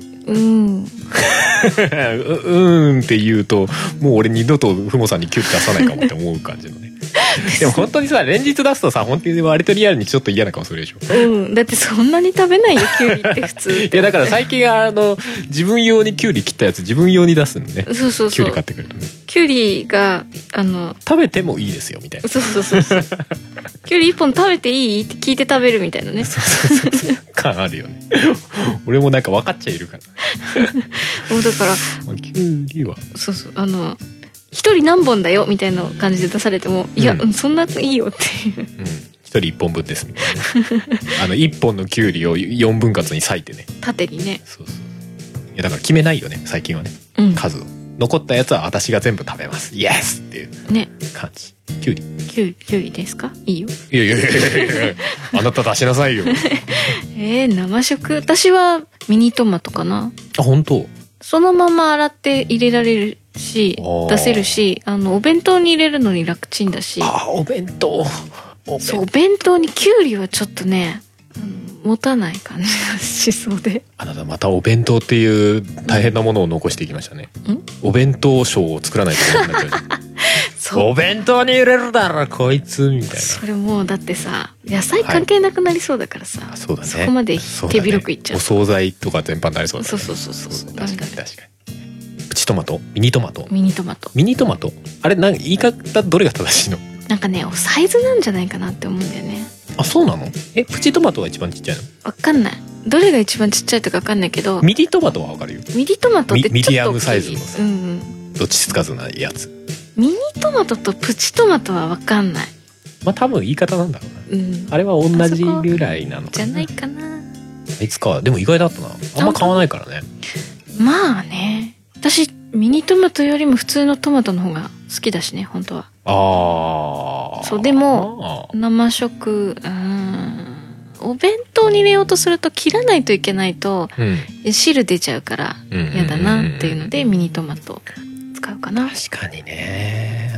Speaker 1: って言うと、もう俺二度とふもさんにキュウリ出さないかもって思う感じのね。でも本当にさ、連日出すとさ、本当に割とリアルにちょっと嫌な顔するでしょ。
Speaker 2: だってそんなに食べないよ、キュウリって普通。
Speaker 1: いや、だから最近自分用にキュウリ切ったやつ自分用に出すのね。
Speaker 2: そう。
Speaker 1: キュウリ買ってくるとね。
Speaker 2: キュウリが、
Speaker 1: 食べてもいいですよ、みたいな。
Speaker 2: そう。キュウリ一本食べていいって聞いて食べるみたいなね。そう
Speaker 1: 感あるよね。俺もなんか分かっちゃいるから。
Speaker 2: もうだから、
Speaker 1: キュウリは。
Speaker 2: そう。一人何本だよみたいな感じで出されても、いや、そんないいよっていう。
Speaker 1: 一人一本分ですみたいな。一本のキュウリを4分割に裂いてね。
Speaker 2: 縦にね。
Speaker 1: そう。いや、だから決めないよね、最近はね。数を。残ったやつは私が全部食べます。イエスっていう感じ。キュウリ。
Speaker 2: キュウリですか？いいよ。
Speaker 1: いや。あなた出しなさいよ。
Speaker 2: 生食。私はミニトマトかな。
Speaker 1: 本当？そ
Speaker 2: のまま洗って入れられるし、出せるし、お弁当に入れるのに楽ちんだし。
Speaker 1: お弁当。
Speaker 2: そう、お弁当にキュウリはちょっとね、持たない感じがしそうで。
Speaker 1: あなたまたお弁当っていう大変なものを残していきましたね。お弁当賞を作らないといけない。お弁当に入れるだろこいつみたいな。
Speaker 2: それもうだってさ、野菜関係なくなりそうだからさ、
Speaker 1: そうだね。
Speaker 2: そこまで手広くいっちゃう。
Speaker 1: お惣菜とか全般になりそうだね。
Speaker 2: そう。
Speaker 1: 確かに。プチトマト、ミニトマト。
Speaker 2: ミニトマト。
Speaker 1: あれ言い方どれが正しいの？
Speaker 2: なんかね、サイズなんじゃないかなって思うんだよね。
Speaker 1: そうなの？プチトマトが一番ちっちゃいの？
Speaker 2: わかんない。どれが一番ちっちゃいとかわかんないけど。
Speaker 1: ミディトマトはわかるよ。
Speaker 2: ミディトマトってちょっと
Speaker 1: ミディアムサイズのさ。どっちつかずなやつ。
Speaker 2: ミニトマトとプチトマトはわかんない。
Speaker 1: まあ多分言い方なんだろうな。あれは同じぐらいなのかな。
Speaker 2: じゃないかな。
Speaker 1: いつか。でも意外だったな。あんま買わないからね。
Speaker 2: まあね。私ミニトマトよりも普通のトマトの方が好きだしね、本当は。そう、でも生食、お弁当に入れようとすると切らないといけないと、汁出ちゃうから嫌だなっていうのでミニトマト使うかな。
Speaker 1: 確かにね。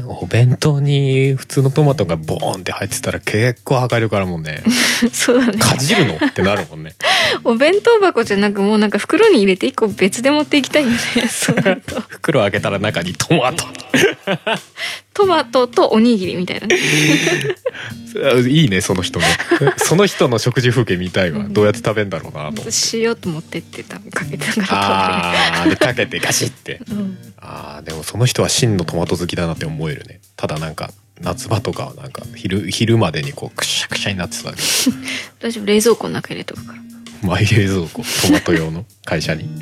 Speaker 1: お弁当に普通のトマトがボーンって入ってたら結構破壊力あるもんね。
Speaker 2: そうだね。
Speaker 1: かじるのってなるもんね。
Speaker 2: お弁当箱じゃなくもうなんか袋に入れて1個別で持っていきたいよね。そうなると
Speaker 1: 袋開けたら中にトマト
Speaker 2: トマトとおにぎりみたいなね。
Speaker 1: いいね、その人ね。その人の食事風景見たいわ。どうやって食べんだろうなと思って。
Speaker 2: 塩と持ってって多分かけてながら
Speaker 1: あーでかけてガシって、
Speaker 2: うん、
Speaker 1: あーでもその人は真のトマト好きだなって思えるね。ただなんか夏場とかはなんか昼までにこうくしゃくしゃになってた。
Speaker 2: 大丈夫、冷蔵庫の中入れとくから。
Speaker 1: マイ冷蔵庫、トマト用の会社に。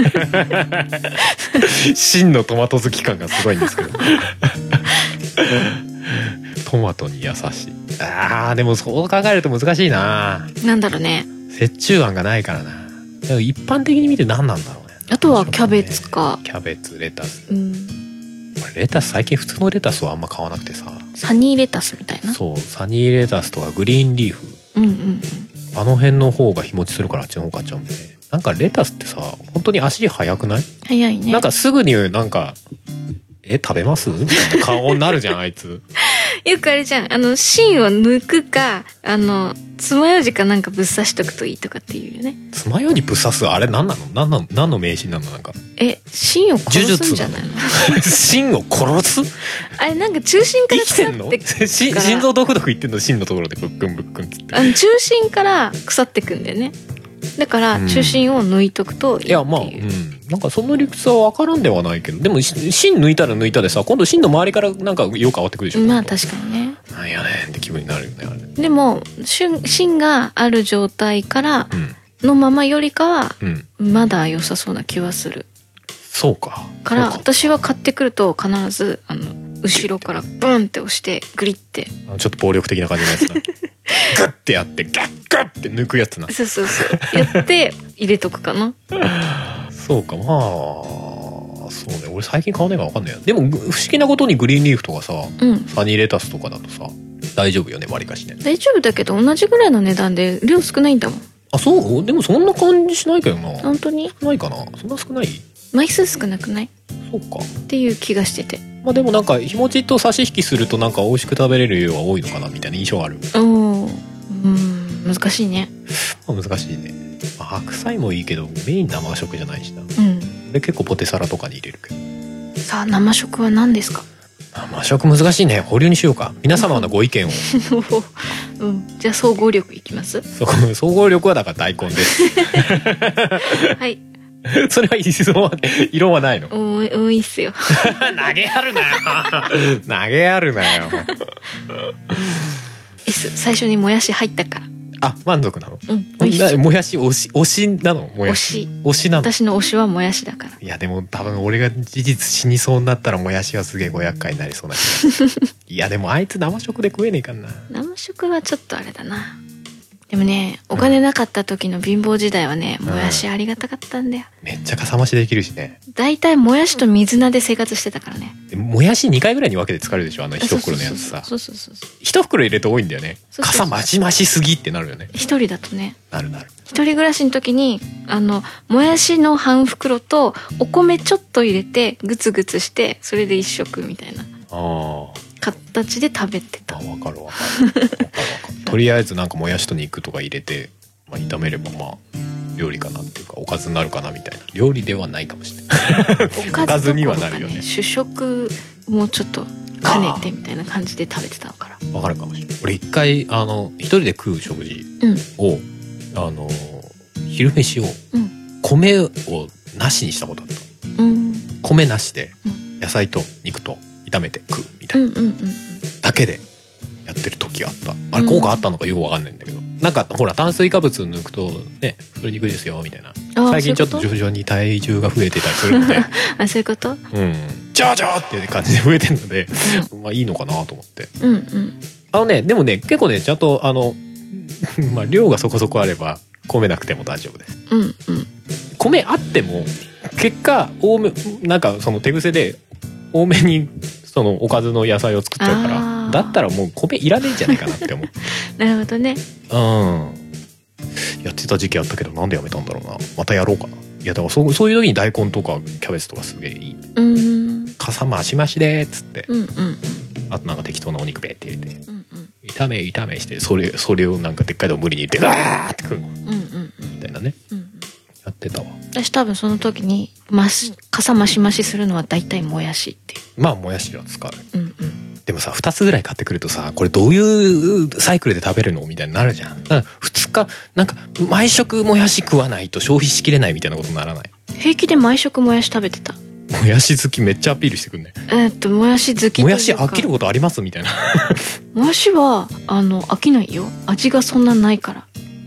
Speaker 1: 真のトマト好き感がすごいんですけど。トマトに優しい。でもそう考えると難しいな。
Speaker 2: なんだろうね。
Speaker 1: 折衷案がないからな。でも一般的に見て何なんだろうね。
Speaker 2: あとはキャベツか。
Speaker 1: キャベツ、レタス。レタス最近普通のレタスはあんま買わなくてさ。
Speaker 2: サニーレタスみたいな。
Speaker 1: そう、サニーレタスとかグリーンリーフ。あの辺の方が日持ちするからあっちの方買っちゃうんで。なんかレタスってさ、本当に足早くない？
Speaker 2: 早いね。
Speaker 1: なんかすぐになんか、食べますみたいな顔になるじゃん、あいつ。
Speaker 2: よくあれじゃん。芯を抜くか、爪楊枝かなんかぶっ刺しとくといいとかっていうよね。
Speaker 1: 爪楊枝ぶっ刺すあれ何なの？何の名シーンなの？なんか。
Speaker 2: 芯を殺すんじゃないの？
Speaker 1: 芯を殺す？あ
Speaker 2: れなんか中心から腐ってく
Speaker 1: から。心臓ドクドクいってんの？芯のところでブックンブックンっつって。
Speaker 2: 中心から腐ってくんだよね。だから中心を抜いとくといいっていう。いやまあ、
Speaker 1: なんかその理屈は分からんではないけど、でも芯抜いたら抜いたでさ、今度芯の周りからなんか色変わってくるでしょ。
Speaker 2: まあ確かにね。
Speaker 1: なんやねんって気分になるよね、あれ。
Speaker 2: でも芯がある状態からのままよりかはまだ良さそうな気はする。そうか。から私は買ってくると必ず後ろからブンって押してグリって。
Speaker 1: ちょっと暴力的な感じのやつだ。グッてやってガッガッって抜くやつな。
Speaker 2: そうそうそうやって入れとくかな。
Speaker 1: そうか、まあそうね、俺最近買わないから分かんないや。でも不思議なことにグリーンリーフとかさ、サニーレタスとかだとさ大丈夫よね、割かしね。
Speaker 2: 大丈夫だけど同じぐらいの値段で量少ないんだもん。
Speaker 1: あ、そう？でもそんな感じしないけどな。
Speaker 2: 本当に？
Speaker 1: 少ないかな。そんな少ない？
Speaker 2: 枚数少なくない？
Speaker 1: そうか
Speaker 2: っていう気がしてて。
Speaker 1: まあでもなんか日持ちと差し引きするとなんか美味しく食べれる量は多いのかなみたいな印象がある。
Speaker 2: 難しいね。
Speaker 1: 難しいね。白菜もいいけどメイン生食じゃないしな。で結構ポテサラとかに入れるけど。
Speaker 2: さあ生食は何ですか？
Speaker 1: 生食難しいね。保留にしようか。皆様のご意見を。
Speaker 2: じゃあ総合力いきます？
Speaker 1: 総合力はだから大根です。
Speaker 2: はい。
Speaker 1: それは異論はないの？
Speaker 2: 多いっすよ。
Speaker 1: 投げやるなよ。投げやるなよ。
Speaker 2: 最初にもやし入ったから。
Speaker 1: あ、満足なの？もやし推しなの？もやし推しなの？
Speaker 2: 私の推しはもやしだから。
Speaker 1: いやでも多分俺が事実死にそうになったらもやしはすげえご厄介になりそうな気がする。いやでもあいつ生食で食えねえかんな。
Speaker 2: 生食はちょっとあれだな。でもね、お金なかった時の貧乏時代はね、もやしありがたかったんだよ。め
Speaker 1: っちゃかさ増しできるしね。
Speaker 2: だいたいもやしと水菜で生活してたからね。
Speaker 1: もやし2回ぐらいに分けて使えるでしょ、一袋のやつさ。そう一袋入れると多いんだよね。かさ増し増しすぎってなるよね。
Speaker 2: 一人だとね。
Speaker 1: なる。
Speaker 2: 一人暮らしの時にもやしの半袋とお米ちょっと入れてグツグツしてそれで一食みたいな形で食べてた。わかる。
Speaker 1: とりあえずなんかもやしと肉とか入れて、炒めれば料理かなっていうかおかずになるかなみたいな。料理ではないかもしれない。おかずにはなるよね。
Speaker 2: 主食もちょっと兼ねてみたいな感じで食べてたから。
Speaker 1: わかるかもしれない。俺一回一人で食う食事を、昼飯を米をなしにしたことあった。米なしで野菜と肉と炒めて食うみたいなだけでやってる時があった。あれ効果あったのかよくわかんないんだけど、なんかほら炭水化物抜くとね太りにくいですよみたいな。最近ちょっと徐々に体重が増えてたりするので
Speaker 2: あ、そういうこと？
Speaker 1: ジャージャーっていう感じで増えてるのでいいのかなと思って。でもね結構ねちゃんと量がそこそこあれば米なくても大丈夫です。米あっても結果多めなんかその手癖で多めにそのおかずの野菜を作っちゃうからだったらもう米いらねえんじゃないかなって思う。
Speaker 2: なるほどね。
Speaker 1: やってた時期あったけどなんでやめたんだろうな。またやろうかな。いやだからそういう時に大根とかキャベツとかすげえいい。 傘マシマシでーっつって、あとなんか適当なお肉べって入れて、炒めしてそれをなんかでっかいの無理に入れてガーってくるの、みたいなね、やってたわ。
Speaker 2: 私多分その時に傘マシマシするのは大体もやしっていう。
Speaker 1: まあもやしは使う。でもさ2つぐらい買ってくるとさ、これどういうサイクルで食べるのみたいになるじゃん。だから2日なんか毎食もやし食わないと消費しきれないみたいなことにならない？
Speaker 2: 平気で毎食もやし食べてた。
Speaker 1: もやし好きめっちゃアピールしてくんね。
Speaker 2: もやし好きというか。
Speaker 1: もやし飽きることありますみたいな。
Speaker 2: もやしは飽きないよ。味がそんなないから。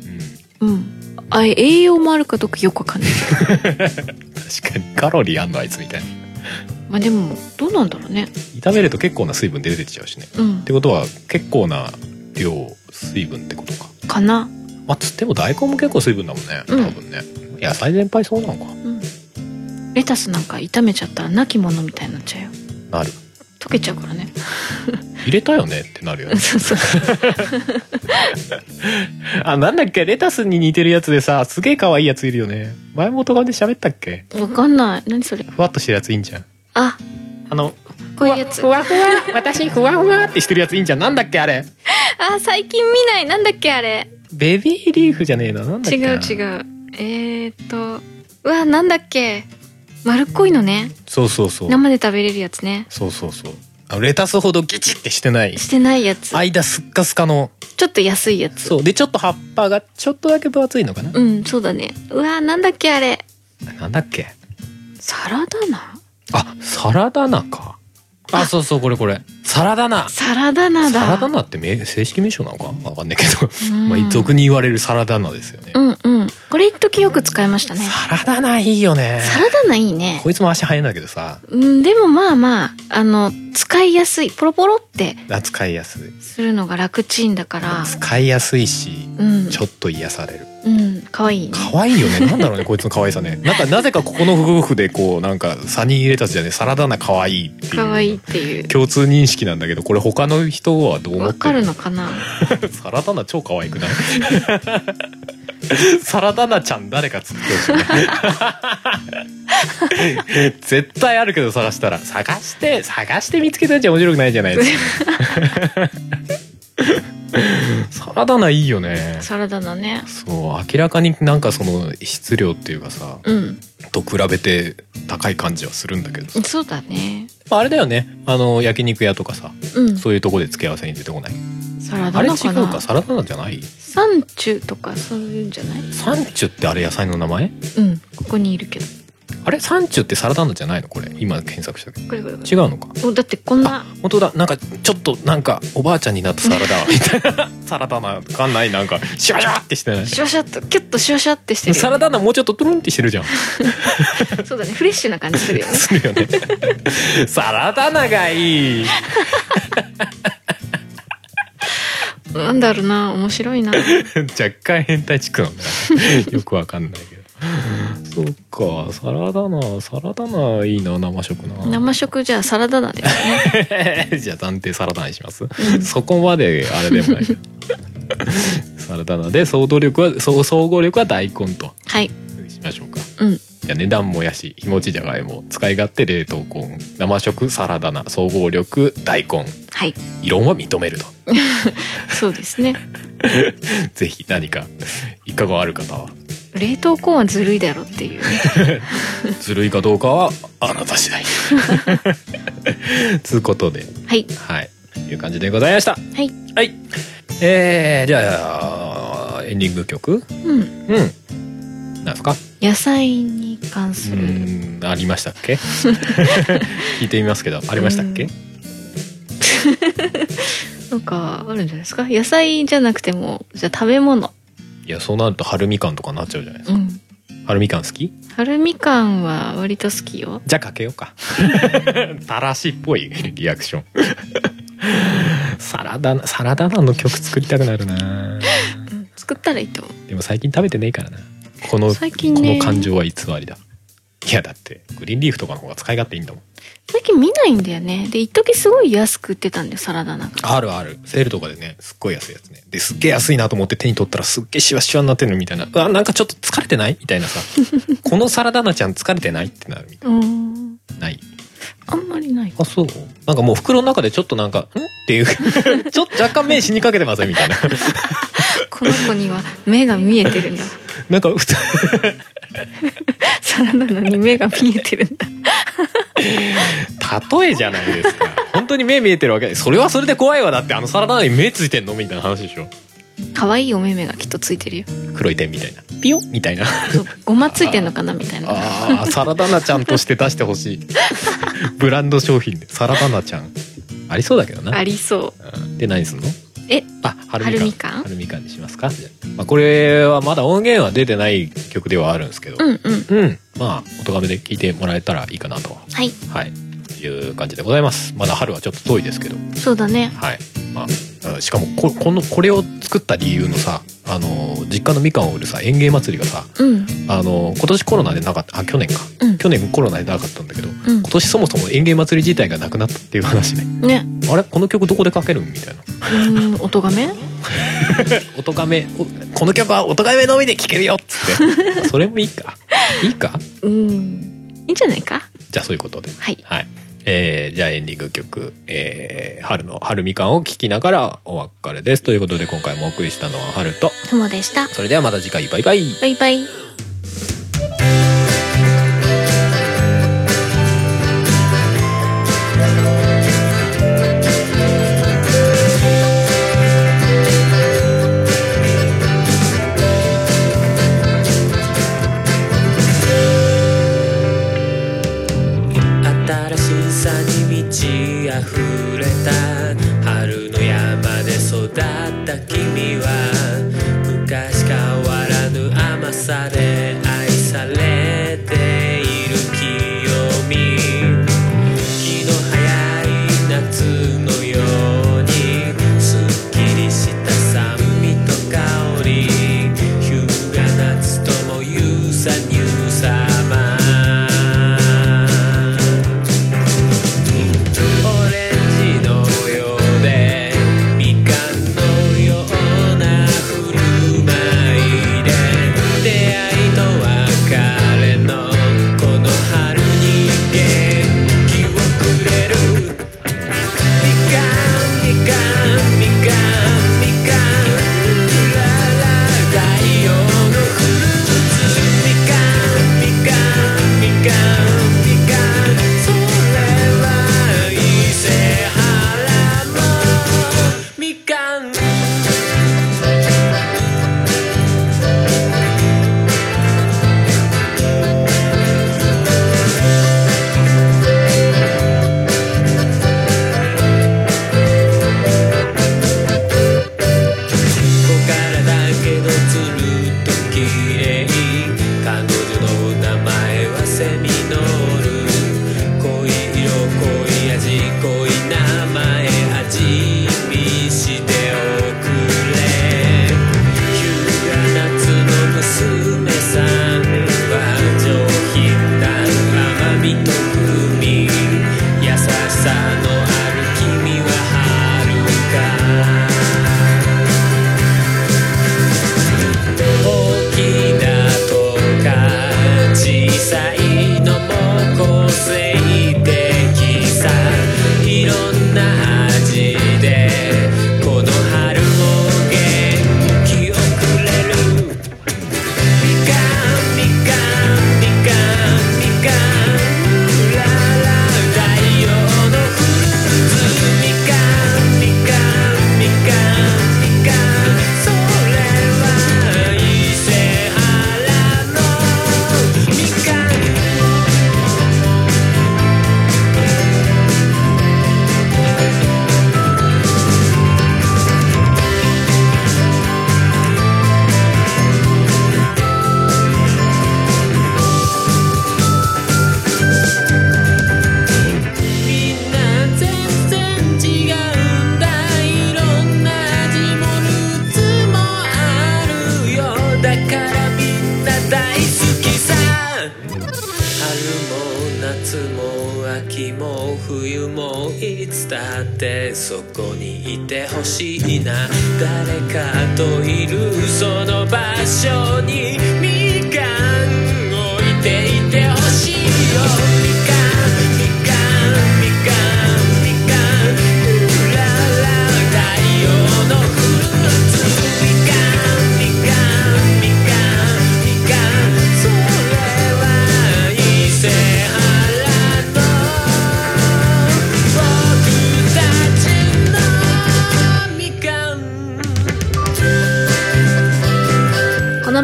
Speaker 2: 栄養もあるかどうかよくわかんない。
Speaker 1: 確かにカロリーあんのあいつみたいな。
Speaker 2: まあでもどうなんだろうね。
Speaker 1: 炒めると結構な水分出てきちゃうしね。ってことは結構な量水分ってことか。
Speaker 2: かな。
Speaker 1: まあつっても大根も結構水分だもんね。多分ね。野菜全般そうなのか。
Speaker 2: レタスなんか炒めちゃったらなきものみたいになっちゃうよ。
Speaker 1: なる。
Speaker 2: 溶けちゃうからね。
Speaker 1: 入れたよねってなるよね。
Speaker 2: そうそう。
Speaker 1: なんだっけ、レタスに似てるやつでさ、すげえ可愛いやついるよね。前も動画で喋ったっけ？
Speaker 2: わかんない。何それ？
Speaker 1: ふわっとしてるやついいんじゃん。
Speaker 2: こういうやつ。
Speaker 1: ふわふわ、私ふわふわってしてるやついいんじゃん。なんだっけあれ。
Speaker 2: 最近見ない。なんだっけあれ。
Speaker 1: ベビーリーフじゃねえな。なんだっけな。
Speaker 2: 違う。なんだっけ。丸っこいのね。
Speaker 1: そう。
Speaker 2: 生で食べれるやつね。
Speaker 1: そう。レタスほどギチってしてない。
Speaker 2: してないやつ。
Speaker 1: 間すっかすかの。
Speaker 2: ちょっと安いやつ。
Speaker 1: そう。で、ちょっと葉っぱがちょっとだけ分厚いのかな。
Speaker 2: そうだね。なんだっけあれ。
Speaker 1: なんだっけ。
Speaker 2: サラダ菜？
Speaker 1: サラダ菜か。そう、これ。サラダ菜。
Speaker 2: サラダ菜だ。
Speaker 1: サラダ菜って正式名称なのかわかんないけど、まあ俗に言われるサラダ菜ですよね。
Speaker 2: これ一時よく使いましたね。
Speaker 1: サラダ菜いいよね。
Speaker 2: サラダ菜いいね。
Speaker 1: こいつも足早いんだけどさ。
Speaker 2: でもまあ使いやすい。ポロポロって
Speaker 1: 使いやすい
Speaker 2: するのが楽ちんだから
Speaker 1: 使いやすいし、ちょっと癒される。
Speaker 2: 可愛いね。
Speaker 1: 可愛いよね。なんだろうね、こいつの可愛さね。なぜかここの夫婦でこうなんかサニーレタスじゃね、サラダ菜可愛いっていう。
Speaker 2: 可愛いっていう
Speaker 1: 共通認識なんだけど、これ他の人はどう思ってる？わ
Speaker 2: かるのかな。
Speaker 1: サラダ菜超可愛くない？サラダ菜ちゃん誰か作ってほしいね。絶対あるけど探して見つけたんじゃ面白くないじゃないですか。サラダ菜いいよね。
Speaker 2: サラダ菜ね。
Speaker 1: そう、明らかになんかその質量っていうかさ、と比べて高い感じはするんだけど。
Speaker 2: そうだね。
Speaker 1: あれだよね、焼肉屋とかさ、そういうとこで付け合わせに出てこない
Speaker 2: サラダ菜かな。
Speaker 1: あれ違うか、サラダ菜じゃない？
Speaker 2: サンチュとかそういうんじゃない？
Speaker 1: サンチュってあれ野菜の名前？
Speaker 2: ここにいるけど。あ
Speaker 1: れサンチュってサラダ菜じゃないの？これ今検索したけど。これ違うのか。
Speaker 2: だってこんな。
Speaker 1: 本当だ。なんかちょっとなんかおばあちゃんになったサラダみたいな。サラダ菜わかんない、なんかシュワシュワってしてない。
Speaker 2: シュワシュワっとキュッとシュワシュワってしてる、ね。
Speaker 1: サラダ菜もうちょっとトゥルンってしてるじゃん。
Speaker 2: そうだね。フレッシュな感じするよね。
Speaker 1: するよね。サラダ菜がいい。
Speaker 2: なんだろうな、面白いな。
Speaker 1: 若干変態チックなんだ。よくわかんないけど。そっか、サラダ菜いいな、生食な。
Speaker 2: 生食じゃあサラダ菜です
Speaker 1: ね。じゃあ暫定サラダ菜にします。そこまであれでもないけど。サラダ菜で総合力は大根と。
Speaker 2: はい。
Speaker 1: しましょうか。じゃあ値段もやし、日持ちじゃがいも、使い勝手冷凍コーン、生食サラダ菜、総合力大根。
Speaker 2: はい。
Speaker 1: 異論は認めると。
Speaker 2: そうですね。
Speaker 1: ぜひ何かいかがある方は。
Speaker 2: 冷凍コーンはずるいだろっていう、ね。
Speaker 1: ずるいかどうかはあなた次第。つうことで。
Speaker 2: はい。
Speaker 1: はい。いう感じでございました。
Speaker 2: はい。
Speaker 1: はい。じゃあエンディング曲。なんですか。
Speaker 2: 野菜に関する。
Speaker 1: ありましたっけ？聞いてみますけど、ありましたっけ？
Speaker 2: なんかあるんじゃないですか。野菜じゃなくても、じゃあ食べ物。
Speaker 1: いや、そうなると春みかんとかなっちゃうじゃないですか。春みかん好き？春
Speaker 2: みかんは割と好きよ。
Speaker 1: じゃあかけようか。たらしっぽいリアクション。サラダ菜の曲作りたくなるな。
Speaker 2: 作ったらいいと思う。
Speaker 1: でも最近食べてねえからな。この感情は偽りだ。いやだってグリーンリーフとかの方が使い勝手いいんだもん。
Speaker 2: 最近見ないんだよね。で一時すごい安く売ってたんだよ、サラダ菜が。
Speaker 1: あるセールとかでね、すっごい安いやつね。ですっげえ安いなと思って手に取ったらすっげえシワシワになってるみたいな。なんかちょっと疲れてないみたいなさ。このサラダ菜ちゃん疲れてないってなるみたいな。ない。
Speaker 2: あんまりない。
Speaker 1: あ、そう。なんかもう袋の中でちょっとなんか、んっていう、ちょっと若干目死にかけてませんみたいな。
Speaker 2: この子には目が見えてるんだ。
Speaker 1: なんか、
Speaker 2: サラダなのに目が見えてるんだ。
Speaker 1: 例えじゃないですか。本当に目見えてるわけで、それはそれで怖いわ。だってサラダなのに目ついてんのみたいな話でしょ。
Speaker 2: 可愛いお目目がきっとついてるよ。
Speaker 1: 黒い点みたいな。ピヨみたいな。
Speaker 2: ごまついてんのかなみたいな。
Speaker 1: ああ、サラダナちゃんとして出してほしい。ブランド商品でサラダナちゃん。ありそうだけどな。
Speaker 2: ありそう。
Speaker 1: で、何すんの？春みかん。春みかんにしますか。まあこれはまだ音源は出てない曲ではあるんですけど、まあ音がめで聴いてもらえたらいいかなと。
Speaker 2: はい。
Speaker 1: はい。いう感じでございます。まだ春はちょっと遠いですけど。
Speaker 2: そうだね。
Speaker 1: はい。まあしかもこれを作った理由のさ、実家のみかんを売るさ園芸祭りがさ、今年コロナでなかった、去年か、去年コロナでなかったんだけど、今年そもそも園芸祭り自体がなくなったっていう話ね。あれこの曲どこでかけるみたい
Speaker 2: な。音がめ
Speaker 1: 音がめ、この曲は音がめのみで聴けるよっつってそれもいいかいい
Speaker 2: んじゃないか。
Speaker 1: じゃあそういうことで、
Speaker 2: はい、
Speaker 1: はい。じゃあエンディング曲、春みかんを聴きながらお別れですということで、今回もお送りしたのは春と
Speaker 2: ともでした。
Speaker 1: それではまた次回、バイバイ
Speaker 2: バイバイ。
Speaker 1: 溢れた春の山で育った君は昔変わらぬ甘さで愛されている清美、気の早い夏のようにすっきりした酸味と香り、日が夏とも優さ乳様、冬もいつだってそこにいてほしいな、誰かといるその場所にみかん置いていてほしいよ、みかんみかん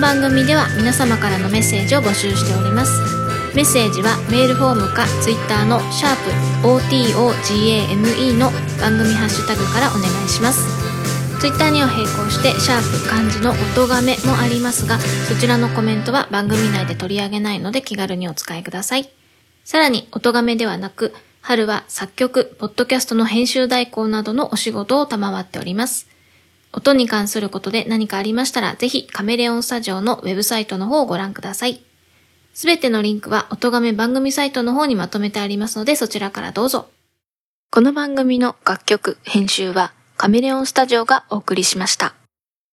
Speaker 2: 番組では皆様からのメッセージを募集しております。メッセージはメールフォームかツイッターの#OTOGAME の番組ハッシュタグからお願いします。ツイッターには並行して漢字の音がめもありますが、そちらのコメントは番組内で取り上げないので気軽にお使いください。さらに音がめではなく、春は作曲、ポッドキャストの編集代行などのお仕事を賜っております。音に関することで何かありましたら、ぜひカメレオンスタジオのウェブサイトの方をご覧ください。すべてのリンクは音がめ番組サイトの方にまとめてありますので、そちらからどうぞ。この番組の楽曲、編集はカメレオンスタジオがお送りしました。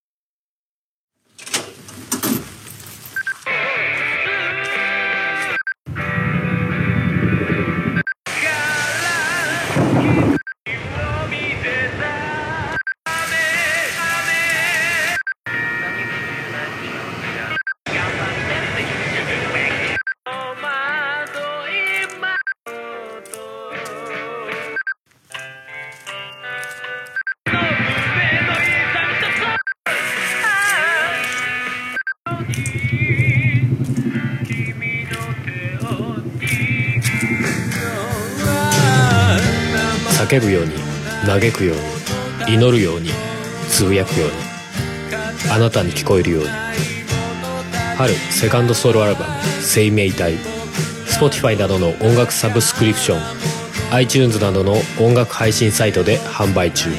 Speaker 1: 叫ぶように、嘆くように、祈るように、つぶやくように、あなたに聞こえるように。春セカンドソロアルバム生命体、 Spotify などの音楽サブスクリプション、 iTunes などの音楽配信サイトで販売中。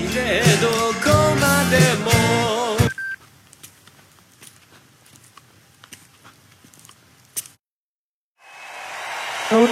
Speaker 2: 音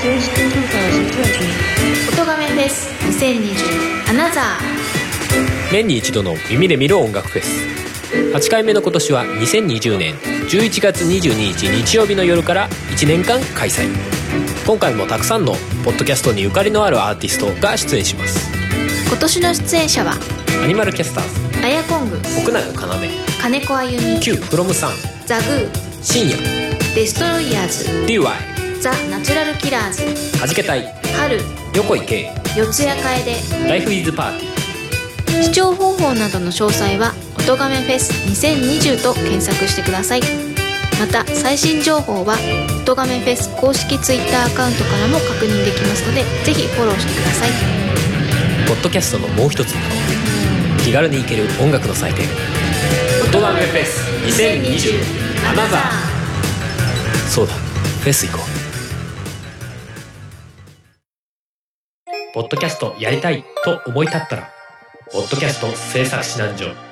Speaker 2: がめフェス2020アナザー。
Speaker 1: 年に一度の耳で見る音楽フェス。8回目の今年は2020年11月22日日曜日の夜から1年間開催。今回もたくさんのポッドキャストにゆかりのあるアーティストが出演します。
Speaker 2: 今年の出演者は
Speaker 1: アニマルキャスターズ、
Speaker 2: アヤコング、
Speaker 1: 奥永要、
Speaker 2: 金子あゆみ、
Speaker 1: Q フロムさん、
Speaker 2: ザグー、
Speaker 1: 深夜、
Speaker 2: デストロイヤーズ、
Speaker 1: DY、
Speaker 2: ザ・ナチュラルキラーズ、
Speaker 1: はじけたい、
Speaker 2: 春、
Speaker 1: 横井圭、
Speaker 2: 四谷楓、
Speaker 1: ライフイズパーティー。
Speaker 2: 視聴方法などの詳細は音がめフェス2020と検索してください。また最新情報は音がめフェス公式ツイッターアカウントからも確認できますので、ぜひフォローしてください。
Speaker 1: ポッドキャストのもう一つの顔、気軽に行ける音楽の祭典、音がめフェス2020アナザー。そうだ、フェス行こう。ポッドキャストやりたいと思い立ったら、ポッドキャスト制作指南所